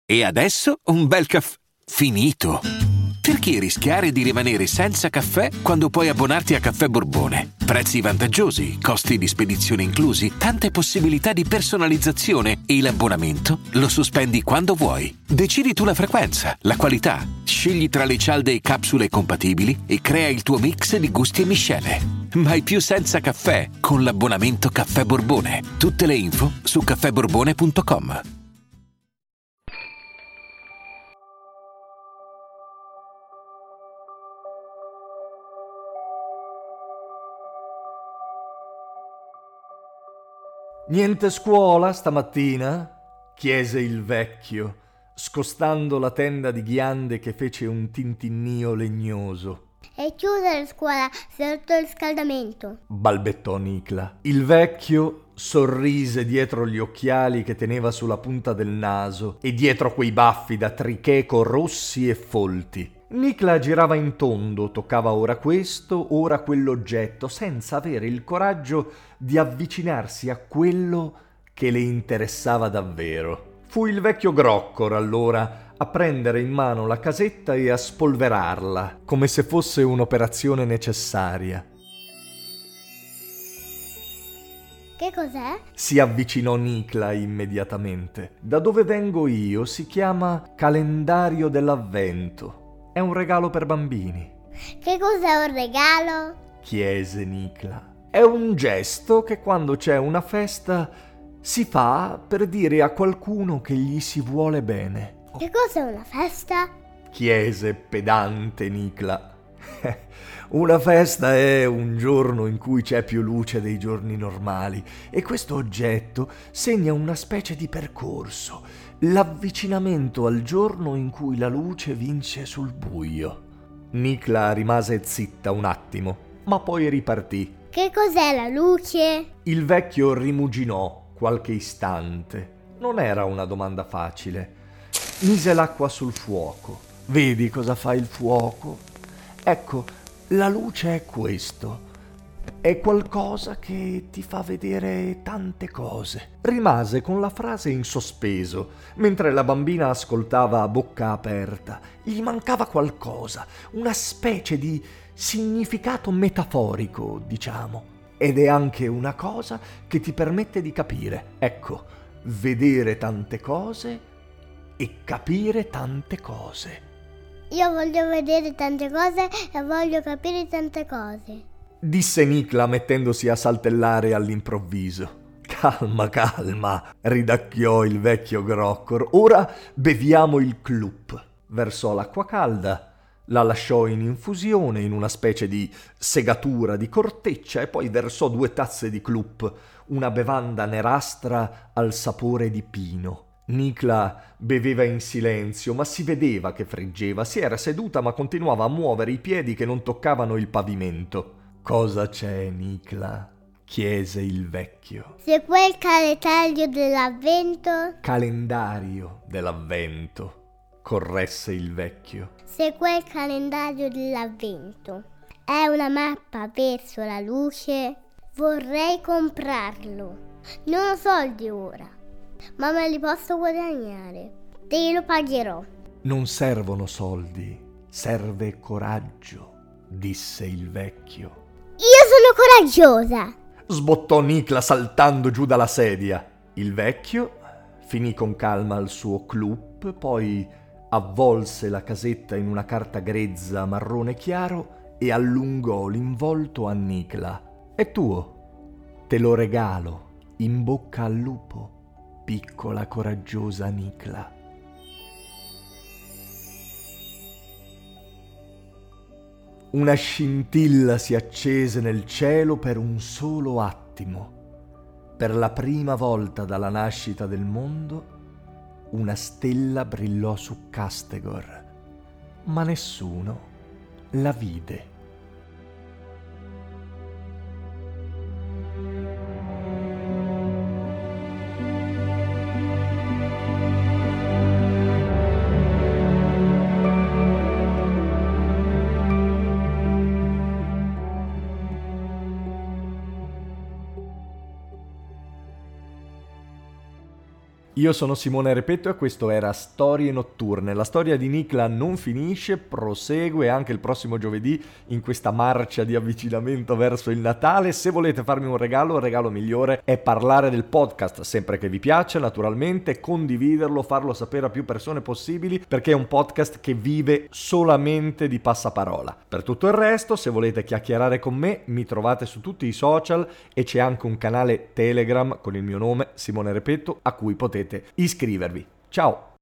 E adesso un bel caffè finito. Perché rischiare di rimanere senza caffè quando puoi abbonarti a Caffè Borbone? Prezzi vantaggiosi, costi di spedizione inclusi, tante possibilità di personalizzazione e l'abbonamento lo sospendi quando vuoi. Decidi tu la frequenza, la qualità, scegli tra le cialde e capsule compatibili e crea il tuo mix di gusti e miscele. Mai più senza caffè con l'abbonamento Caffè Borbone. Tutte le info su caffèborbone.com. Niente scuola stamattina? Chiese il vecchio, scostando la tenda di ghiande che fece un tintinnio legnoso. È chiusa la scuola, si è rotto il riscaldamento, Balbettò Nicla. Il vecchio sorrise dietro gli occhiali che teneva sulla punta del naso e dietro quei baffi da tricheco rossi e folti. Nicla girava in tondo, toccava ora questo, ora quell'oggetto, senza avere il coraggio di avvicinarsi a quello che le interessava davvero. Fu il vecchio Groccor, allora, a prendere in mano la casetta e a spolverarla, come se fosse un'operazione necessaria. Che cos'è? Si avvicinò Nicla immediatamente. Da dove vengo io si chiama calendario dell'avvento. È un regalo per bambini. Che cos'è un regalo? Chiese Nicla. È un gesto che quando c'è una festa si fa per dire a qualcuno che gli si vuole bene. Che cos'è una festa? Chiese pedante Nicla. Una festa è un giorno in cui c'è più luce dei giorni normali e questo oggetto segna una specie di percorso, l'avvicinamento al giorno in cui la luce vince sul buio. Nicla rimase zitta un attimo, ma poi ripartì. Che cos'è la luce? Il vecchio rimuginò qualche istante. Non era una domanda facile. Mise l'acqua sul fuoco. Vedi cosa fa il fuoco? Ecco, la luce è questo. È qualcosa che ti fa vedere tante cose. Rimase con la frase in sospeso, mentre la bambina ascoltava a bocca aperta. Gli mancava qualcosa, una specie di significato metaforico, diciamo. Ed è anche una cosa che ti permette di capire. Ecco, vedere tante cose e capire tante cose. Io voglio vedere tante cose e voglio capire tante cose, disse Nicla mettendosi a saltellare all'improvviso. Calma, calma, ridacchiò il vecchio Groccor. Ora beviamo il clup. Versò l'acqua calda, la lasciò in infusione in una specie di segatura di corteccia e poi versò 2 tazze di clup, una bevanda nerastra al sapore di pino. Nicla beveva in silenzio, ma si vedeva che friggeva. Si era seduta, ma continuava a muovere i piedi che non toccavano il pavimento. Cosa c'è, Nicla? Chiese il vecchio. Se quel calendario dell'avvento? Calendario dell'avvento, corresse il vecchio. Se quel calendario dell'avvento è una mappa verso la luce, vorrei comprarlo. Non ho soldi ora, ma me li posso guadagnare. Te lo pagherò. Non servono soldi, serve coraggio, disse il vecchio. Io sono coraggiosa, Sbottò Nicla saltando giù dalla sedia. Il vecchio finì con calma il suo club, poi avvolse la casetta in una carta grezza marrone chiaro e allungò l'involto a Nicla. È tuo, te lo regalo, in bocca al lupo, piccola coraggiosa Nicla. Una scintilla si accese nel cielo per un solo attimo. Per la prima volta dalla nascita del mondo, una stella brillò su Castegor, ma nessuno la vide. Io sono Simone Repetto e questo era Storie Notturne. La storia di Nicla non finisce, prosegue anche il prossimo giovedì in questa marcia di avvicinamento verso il Natale. Se volete farmi un regalo, il regalo migliore è parlare del podcast, sempre che vi piace naturalmente, condividerlo, farlo sapere a più persone possibili, perché è un podcast che vive solamente di passaparola. Per tutto il resto, se volete chiacchierare con me, mi trovate su tutti i social e c'è anche un canale Telegram con il mio nome, Simone Repetto, a cui potete iscrivervi. Ciao!